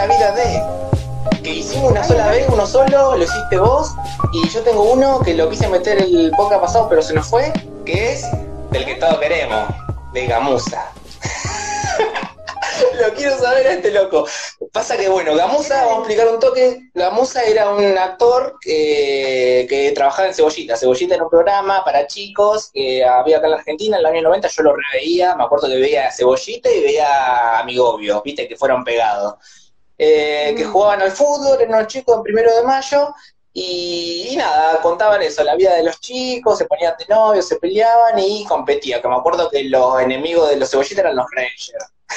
la vida de... Que hicimos una sola vez, uno solo, lo hiciste vos, y yo tengo uno que lo quise meter el podcast pasado, pero se nos fue, que es del que todos queremos, de Gamuza. Lo quiero saber a este loco. Pasa que, bueno, Gamuza, vamos a explicar un toque. Gamuza era un actor que trabajaba en Cebollita. Cebollita era un programa para chicos que había acá en la Argentina en el año 90. Yo lo reveía, me acuerdo que veía Cebollita y veía Amigobios, viste, que fueron pegados. Que jugaban al fútbol, eran unos chicos en 1 de Mayo. Y nada, contaban eso, la vida de los chicos, se ponían de novios, se peleaban y competían. Que me acuerdo que los enemigos de los Cebollitas eran los Rangers.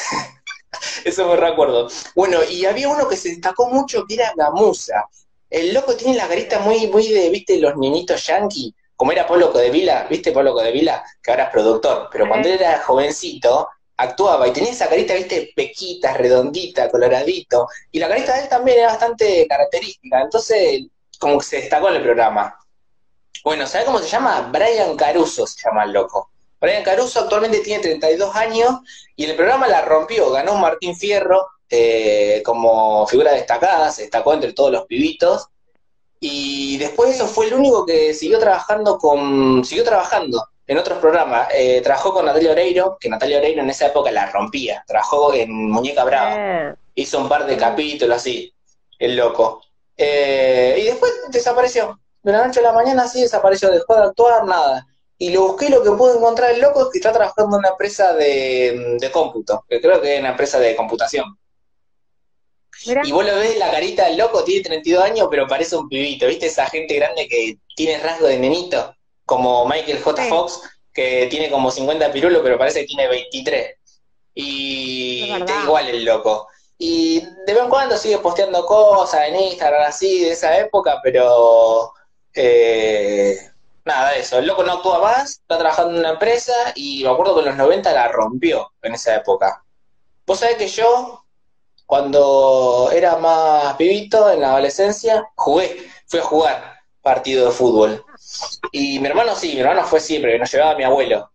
Eso me recuerdo. Bueno, y había uno que se destacó mucho que era Gamuza. El loco tiene la carita muy, muy de, viste, los niñitos yankee, como era Pablo Codevila, viste Pablo Codevila, que ahora es productor, pero cuando él era jovencito, actuaba y tenía esa carita, viste, pequita, redondita, coloradito, y la carita de él también era bastante característica, entonces como que se destacó en el programa. Bueno, ¿sabés cómo se llama? Brian Caruso se llama el loco. Brian Caruso actualmente tiene 32 años y en el programa la rompió, ganó un Martín Fierro como figura destacada, se destacó entre todos los pibitos y después eso fue el único que siguió trabajando en otros programas. Trabajó con Natalia Oreiro, que Natalia Oreiro en esa época la rompía, trabajó en Muñeca Brava, hizo un par de capítulos así, el loco. Y después desapareció, de la noche a la mañana así desapareció, dejó de actuar, nada. Y lo busqué, lo que pude encontrar el loco es que está trabajando en una empresa de cómputo, que creo que es una empresa de computación. Mira. Y vos lo ves, la carita del loco, tiene 32 años, pero parece un pibito, ¿viste? Esa gente grande que tiene rasgo de nenito, como Michael J. Sí, Fox, que tiene como 50 pirulos, pero parece que tiene 23. es Y está verdad. igual el loco. Y de vez en cuando sigue posteando cosas en Instagram así, de esa época, pero... nada, eso. El loco no actúa más, está trabajando en una empresa y me acuerdo que en los 90 la rompió en esa época. Vos sabés que yo, cuando era más pibito, en la adolescencia, fui a jugar partido de fútbol. Y mi hermano sí, mi hermano fue siempre, que nos llevaba a mi abuelo.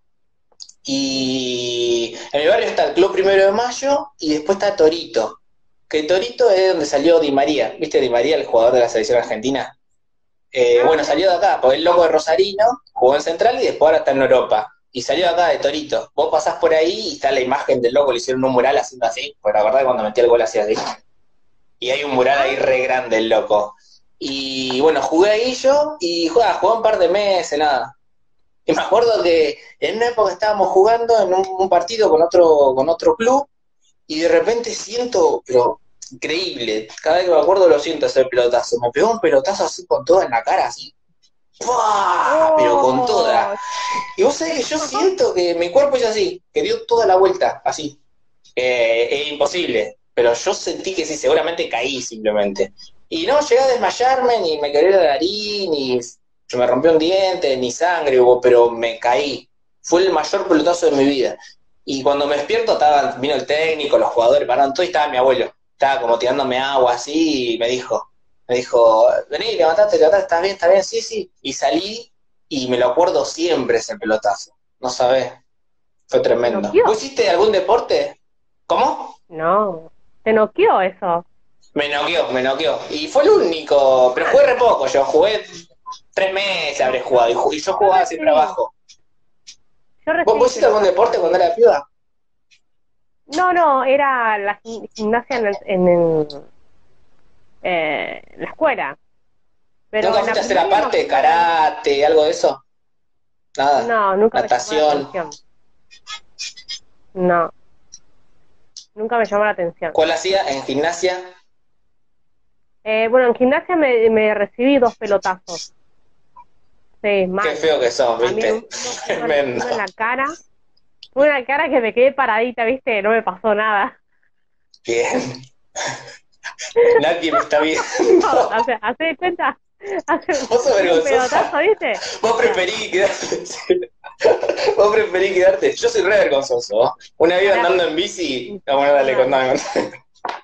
Y en mi barrio está el Club 1 de Mayo y después está Torito. Que Torito es donde salió Di María. ¿Viste Di María, el jugador de la selección argentina? Ah, Bueno, mira. salió de acá, porque el loco de Rosarino, jugó en Central y después ahora está en Europa. Y salió de acá de Torito. Vos pasás por ahí y está la imagen del loco, le hicieron un mural haciendo así, porque la verdad que cuando metí el gol hacía así. Y hay un mural ahí Ah, re grande el loco. Y bueno, jugué ahí yo y jugué un par de meses, nada. Y me acuerdo que en una época estábamos jugando en un partido con otro club y de repente siento, pero increíble, cada vez que me acuerdo lo siento ese pelotazo. Me pegó un pelotazo así con toda en la cara, así. ¡Pua! Pero con toda. oh, Y vos sabés que yo siento que mi cuerpo es así, que dio toda la vuelta, así. Es imposible, pero yo sentí que sí, seguramente caí simplemente. Y no llegué a desmayarme, ni me quebré la nariz, ni se me rompió un diente, ni sangre hubo, pero me caí. Fue el mayor pelotazo de mi vida. Y cuando me despierto, vino el técnico, los jugadores pararon todo y estaba mi abuelo. Estaba como tirándome agua así y me dijo, vení, levantate, estás bien, sí, sí. Y salí y me lo acuerdo siempre ese pelotazo. No sabés, fue te tremendo. ¿Vos noqueó. hiciste algún deporte? ¿Cómo? No, te noqueó eso. Me noqueó. Y fue el único, pero jugué re poco, yo jugué 3 meses habré jugado, y yo Yo jugaba siempre recién, abajo. yo ¿Vos recién hiciste algún pelotazo. deporte cuando era piba? No, no, era la gimnasia en la escuela. Pero ¿Nunca en la fuiste a hacer primaria me aparte, acuerdo que karate, algo de eso? Nada. no, nunca me llamó la Natación. atención. No, nunca me llamó la atención. ¿Cuál hacía en gimnasia? Bueno, en gimnasia me recibí 2 pelotazos. Sí, Qué mal. feo que son, También ¿viste? uno en Tremendo. la cara. Uno en la cara que me quedé paradita, ¿viste? No me pasó nada. Bien. Nadie me está viendo. O sea, hace de cuenta, Vos sos un pelotazo, vergonzosa. ¿viste? Vos O sea, preferís quedarte. Vos preferís quedarte. Yo soy re vergonzoso, ¿no? Una vez pará, andando en bici. No, bueno, dale, infernal. contame.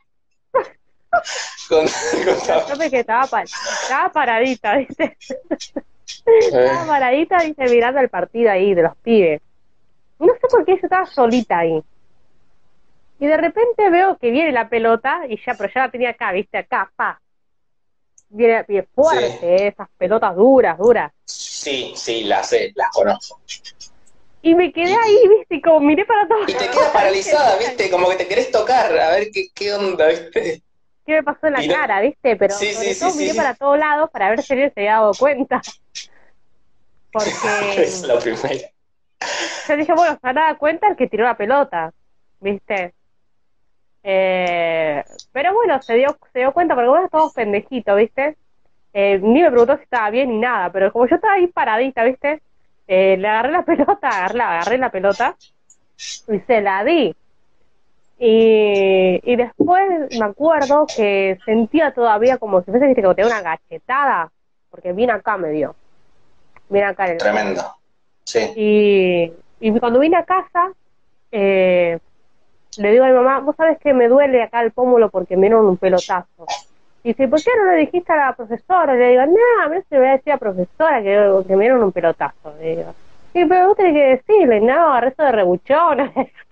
No, Contame. yo me quedé, estaba paradita, ¿viste? Eh, Estaba paradita, ¿viste? Mirando el partido ahí de los pibes. Y no sé por qué yo estaba solita ahí. Y de repente veo que viene la pelota y ya, pero ya la tenía acá, ¿viste? Acá, pa. Viene Sí, fuerte, esas pelotas duras, duras. sí, sí, las sé, las conozco. Y me quedé ahí, Y, ¿viste? Y como miré para todos y te lados quedas a ver qué, paralizada, ¿viste? Como que te querés tocar, a ver qué onda, ¿viste? qué me pasó en la Y no, cara, ¿viste? Pero sí, sí, sobre sí, todo miré sí. para todos lados para ver si alguien se había dado cuenta. Es Porque la primera. yo dije, bueno, se habrá dado cuenta el que tiró la pelota, ¿viste? Pero bueno, se dio cuenta porque bueno, todos pendejitos, ¿viste? Ni me preguntó si estaba bien ni nada, pero como yo estaba ahí paradita, ¿viste? Le agarré la pelota, agarré la pelota y se la di. Y después me acuerdo que sentía todavía como si fuese, viste, que te una gachetada, porque vine acá me dio, vine acá en el Tremendo. pómulo. Sí. Y cuando vine a casa, eh, le digo a mi mamá, vos sabés que me duele acá el pómulo porque me dieron un pelotazo. Y dice, ¿por qué no le dijiste a la profesora? Y le digo, no, a mí se le voy a decir a la profesora que me dieron un pelotazo. Le digo, y pero vos tenés que decirle, no, resto de rebuchones.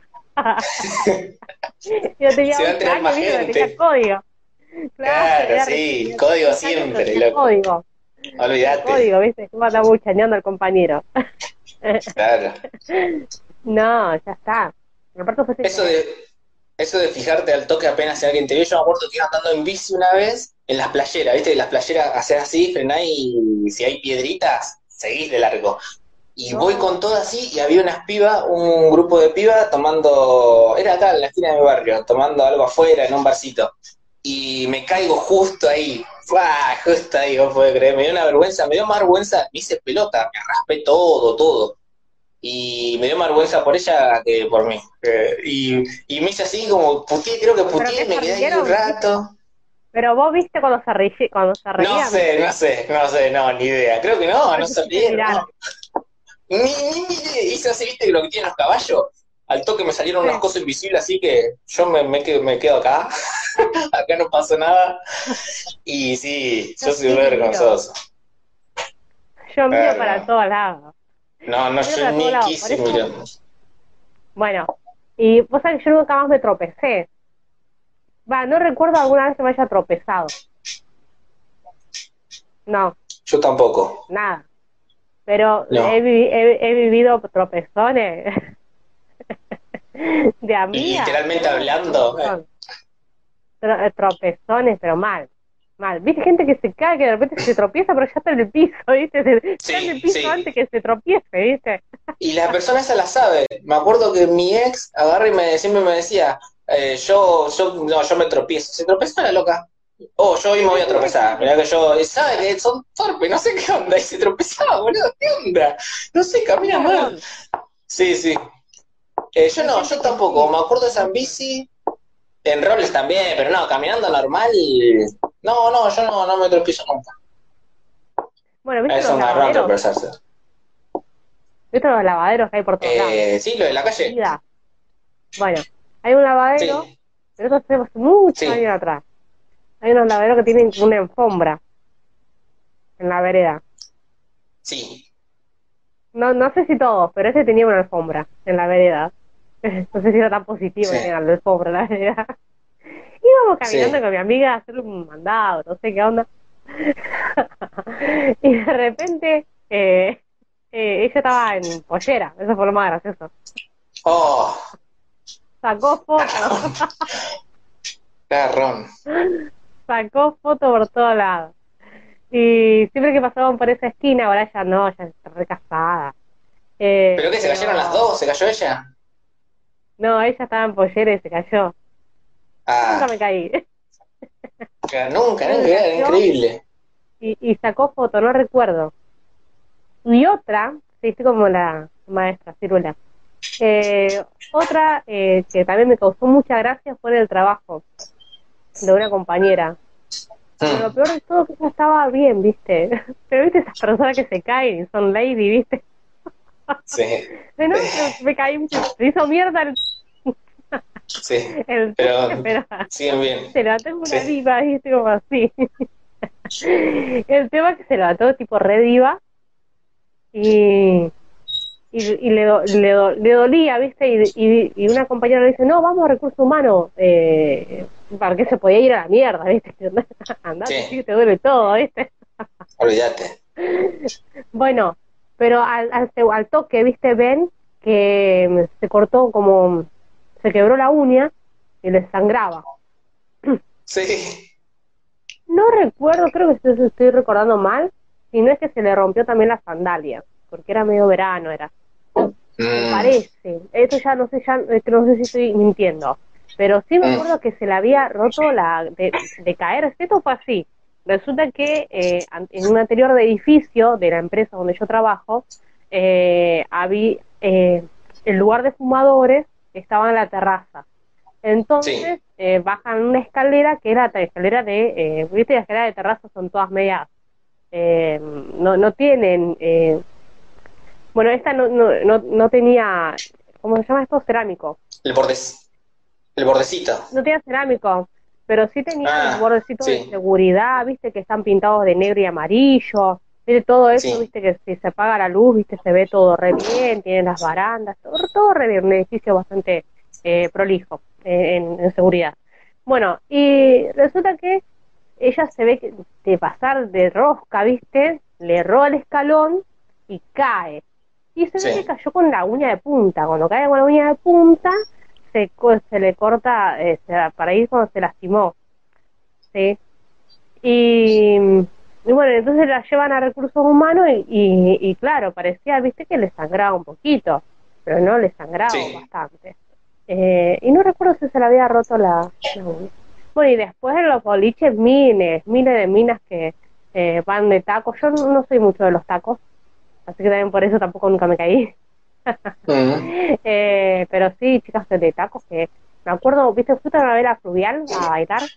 Yo tenía Se va a 11 enterar años, más viste, no tenía gente. código. Claro, Claro, era sí. tenía Código 11 años, pero siempre, tenía loco. código. Tenía Olvídate. código, viste, cómo andaba buchaneando al compañero. Claro. No, ya está. Aparte fue sin Eso querer. de, eso de fijarte al toque apenas si alguien te ve, yo me acuerdo que iba andando en bici una vez en las playeras, ¿viste? En las playeras haces así, frenás y si hay piedritas, seguís de largo. Y voy con No, todo así y había unas pibas, un grupo de pibas tomando, era acá en la esquina de mi barrio, tomando algo afuera en un barcito. Y me caigo justo ahí, ¡fua! Justo ahí, vos podés creer, me dio una vergüenza, me dio más vergüenza, me hice pelota, me raspé todo, todo. Y me dio más vergüenza por ella que por mí. Y me hice así como puteé, creo que pero puteé, qué me se quedé ahí un rieron, ¿viste? rato. Pero vos viste cuando se No reían. sé, no sé, no sé, no, ni idea. Creo que no, No no te se hiciste rieron, mirar. no. Ni hice así, viste, lo que tienen los caballos. Al toque me salieron unas Sí. cosas invisibles, así que yo me quedo acá. Acá no pasó nada. Y sí, Yo yo soy sí re miro. vergonzoso. Yo miro para Claro. todos lados. No, no, Yo miro yo para todos ni lados. Por quise mirar. eso, bueno. Y vos sabés que yo nunca más me tropecé. Va, no recuerdo alguna vez que me haya tropezado. No, Yo tampoco. nada. Pero No. he vivido tropezones de amigas. Literalmente No, un hablando. montón. Tropezones, pero mal. Mal. ¿Viste gente que se cae, que de repente se tropieza, pero ya está en el piso, ¿viste? Está en el Sí, piso sí. antes que se tropiece, ¿viste? Y la persona esa la sabe. Me acuerdo que mi ex agarra y siempre me decía, no, yo me tropiezo. ¿Se tropieza la loca? Oh, yo hoy me voy a tropezar. Mirá que yo, sabe que son torpes, no sé qué onda. Y se tropezaba, boludo, ¿qué onda? No sé, Un camina mal. garrón. Sí, sí. Yo Hay no, gente yo que tampoco. sí, Me acuerdo de esa en mucho. bici, en roles también, pero no, caminando normal. No, no, yo no me tropiezo nunca. Bueno, ¿viste Es los un garrón lavaderos? tropezarse. ¿Viste los lavaderos que hay por todos lados? Sí, lo de la calle. Ida. Bueno, hay un lavadero, Sí, pero eso hace muchos sí, años atrás. Hay unos lavaderos que tienen como una alfombra en la vereda. sí, No, no sé si todos, pero ese tenía una alfombra en la vereda. No sé si era tan positivo sí, que tenga la alfombra en la vereda. Íbamos caminando sí. con mi amiga a hacer un mandado, no sé qué onda. Y de repente ella estaba en pollera, eso fue lo más gracioso. Oh, Sacó fotos, garrón. sacó fotos por todos lados. Y siempre que pasaban por esa esquina, ahora ya no, ya está recasada. ¿Pero qué? ¿Se cayeron las Pero dos? ¿Se cayó ella? no, ella estaba en pollera y se cayó. Yo nunca Ah, me caí. nunca, Ella nunca, se era cayó increíble. y sacó foto, no recuerdo. Y otra, sí, estoy como la maestra, Cirula. Otra que también me causó mucha gracia fue en el trabajo de una compañera. Pero lo Mm, peor de todo es que ella estaba bien, ¿viste? Pero viste esas personas que se caen y son lady, ¿viste? sí, De no, me caí, se hizo mierda sí, el toque, pero pero siguen bien. se levantó como una Sí, diva, ¿viste? Como así. El tema es que se levantó tipo re diva y, le dolía, ¿viste? Y una compañera le dice, no, vamos a recursos humanos, para que se podía ir a la mierda, ¿viste? Andate, sí, Sí, te duele todo, ¿viste? olvídate. Bueno, pero al toque, ¿viste? Ven que se cortó como, se quebró la uña y le sangraba. Sí. No recuerdo, creo que estoy recordando mal, si no es que se le rompió también la sandalia, porque era medio verano, era. Me Mm, parece, eso ya no sé si estoy mintiendo, pero sí me mm, acuerdo que se le había roto de caer, esto fue así. Resulta que en un anterior edificio de la empresa donde yo trabajo, había el lugar de fumadores estaba en la terraza. sí, Entonces bajan una escalera que era la escalera viste, las escaleras de terraza son todas medias, no tienen, bueno, esta no tenía, ¿cómo se llama esto? Cerámico. el borde, el bordecito. No tenía cerámico, pero sí tenía los Ah, bordecitos de sí, seguridad, viste, que están pintados de negro y amarillo. Viste, todo eso, sí. viste, que si se apaga la luz, viste, se ve todo re bien, tienen las barandas, todo re bien, un edificio bastante prolijo en seguridad. Bueno, y resulta que ella se ve que de pasar de rosca, viste, le erró el escalón y cae. Y se ve que Sí. cayó con la uña de punta. Cuando cae con la uña de punta, se le corta, para ir cuando se lastimó, ¿sí? Y, y bueno, entonces la llevan a recursos humanos y claro, parecía, viste, que le sangraba un poquito, pero no le sangraba Sí. bastante. Y no recuerdo si se le había roto la uña. Bueno, y después en los boliches miles de minas que van de tacos. Yo no soy mucho de los tacos, así que también por eso tampoco nunca me caí. Mm. Pero sí, chicas de tacos que me acuerdo, ¿viste? ¿Fuiste a ver a Fluvial a bailar?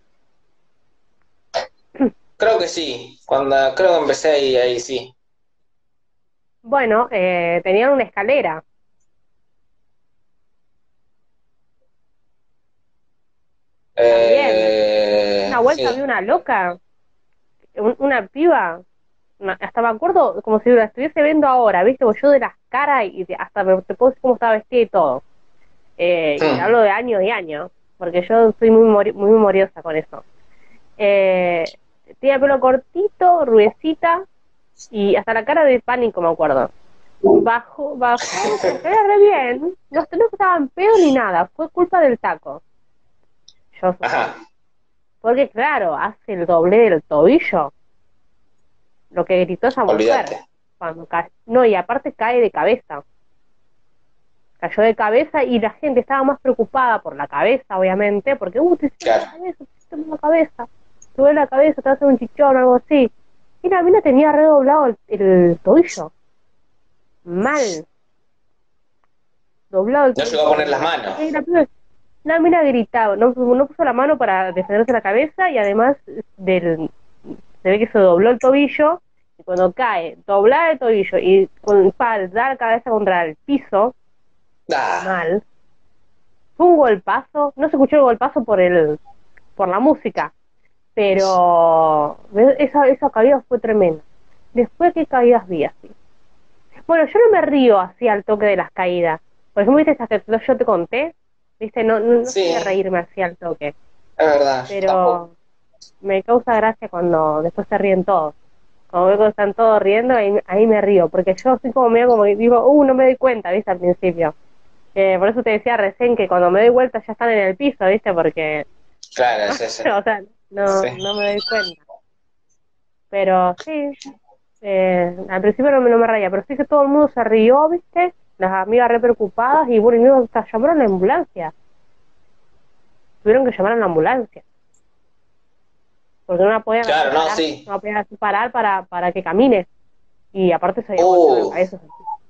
Creo que sí. Creo que empecé ahí sí. Bueno, tenían una escalera también. Una vuelta vi Sí. una loca, una piba, hasta me acuerdo como si la estuviese viendo ahora, ¿viste? Porque yo de las caras hasta te puedo decir cómo estaba vestida y todo. Y te Mm. hablo de años y años, porque yo soy muy memoriosa con eso. Eh, Tenía pelo cortito, rubiecita y hasta la cara de pánico me acuerdo. Bajó, se veía re bien, no estaban pedo ni nada, fue culpa del taco, yo Ajá. supongo. Porque claro, hace el doble del tobillo, lo que gritó esa mujer. Olvídate. No, y aparte cae de cabeza, cayó de cabeza y la gente estaba más preocupada por la cabeza, obviamente, porque, te hicieron la Claro. cabeza, te hicieron la cabeza, te duele la cabeza, te hace un chichón o algo así. Y la mina tenía redoblado el tobillo, mal, doblado el No llegó a tobillo poner las tenía. manos. La mina gritaba, no puso la mano para defenderse la cabeza y además se ve que se dobló el tobillo y cuando cae, doblar el tobillo y para dar la cabeza contra el piso, Ah, mal. Fue un golpazo, no se escuchó el golpazo por la música, pero esa caída fue tremenda. Después, ¿qué caídas vi así? Bueno, yo no me río así al toque de las caídas. Por ejemplo, viste esas que yo te conté, viste, no soy de sí, reírme así al toque, es verdad, yo tampoco. pero me causa gracia cuando después se ríen todos. Como veo que están todos riendo, ahí me río, porque yo así como medio como que digo, no me doy cuenta, viste, al principio. Por eso te decía recién que cuando me doy vuelta ya están en el piso, viste, porque, Claro, es ese. o sea, Sí. no me doy cuenta. Pero sí, al principio no me reía, pero sí que todo el mundo se rió, ¿viste? Las amigas re preocupadas y bueno, y luego hasta llamaron a la ambulancia. Tuvieron que llamar a la ambulancia, porque no la podían hacer Claro, no, parar, sí. no la podían hacer parar para que camine. Y aparte se había golpeado la Uh, cabeza.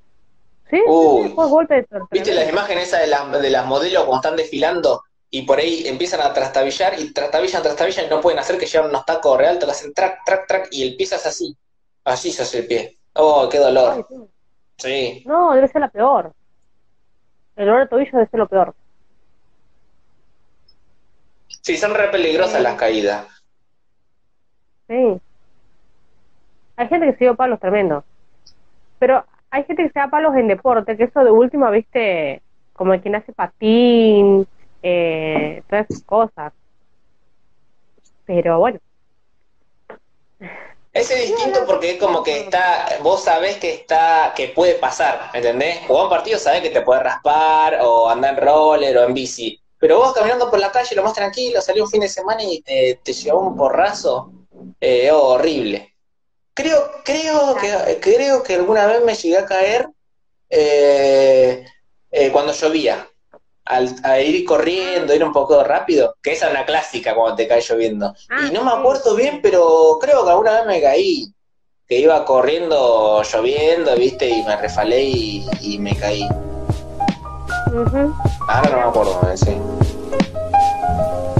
Sí, uy. fue golpe ¿Viste las tremendo. imágenes esas de las modelos cuando están desfilando y por ahí empiezan a trastabillar y trastabillan y no pueden hacer que llevan unos tacos re altos, que hacen track, track, track y el pie se hace así. Así se hace el pie. Oh, qué Ay, dolor. sí. Sí. No, debe ser la peor. El dolor de tobillo debe ser lo peor. Sí, son re peligrosas las Sí, caídas. sí. Hay gente que se dio palos tremendos. Pero hay gente que se da palos en deporte, que eso de última, viste, como el quien hace patín, todas esas cosas. Pero bueno. Ese es distinto porque es como que está, vos sabés que está, que puede pasar, ¿me entendés? Jugar un partido sabés que te puede raspar, o andar en roller o en bici. Pero vos caminando por la calle lo más tranquilo, salí un fin de semana y te llevó un porrazo, horrible. Creo que alguna vez me llegué a caer eh, cuando llovía. A ir corriendo, ir un poco rápido, que esa es una clásica cuando te cae lloviendo. Y no me Sí, acuerdo bien, pero creo que alguna vez me caí, que iba corriendo lloviendo, viste, y me resbalé y me caí. ujú. Ahora no me Mirá. acuerdo, sí.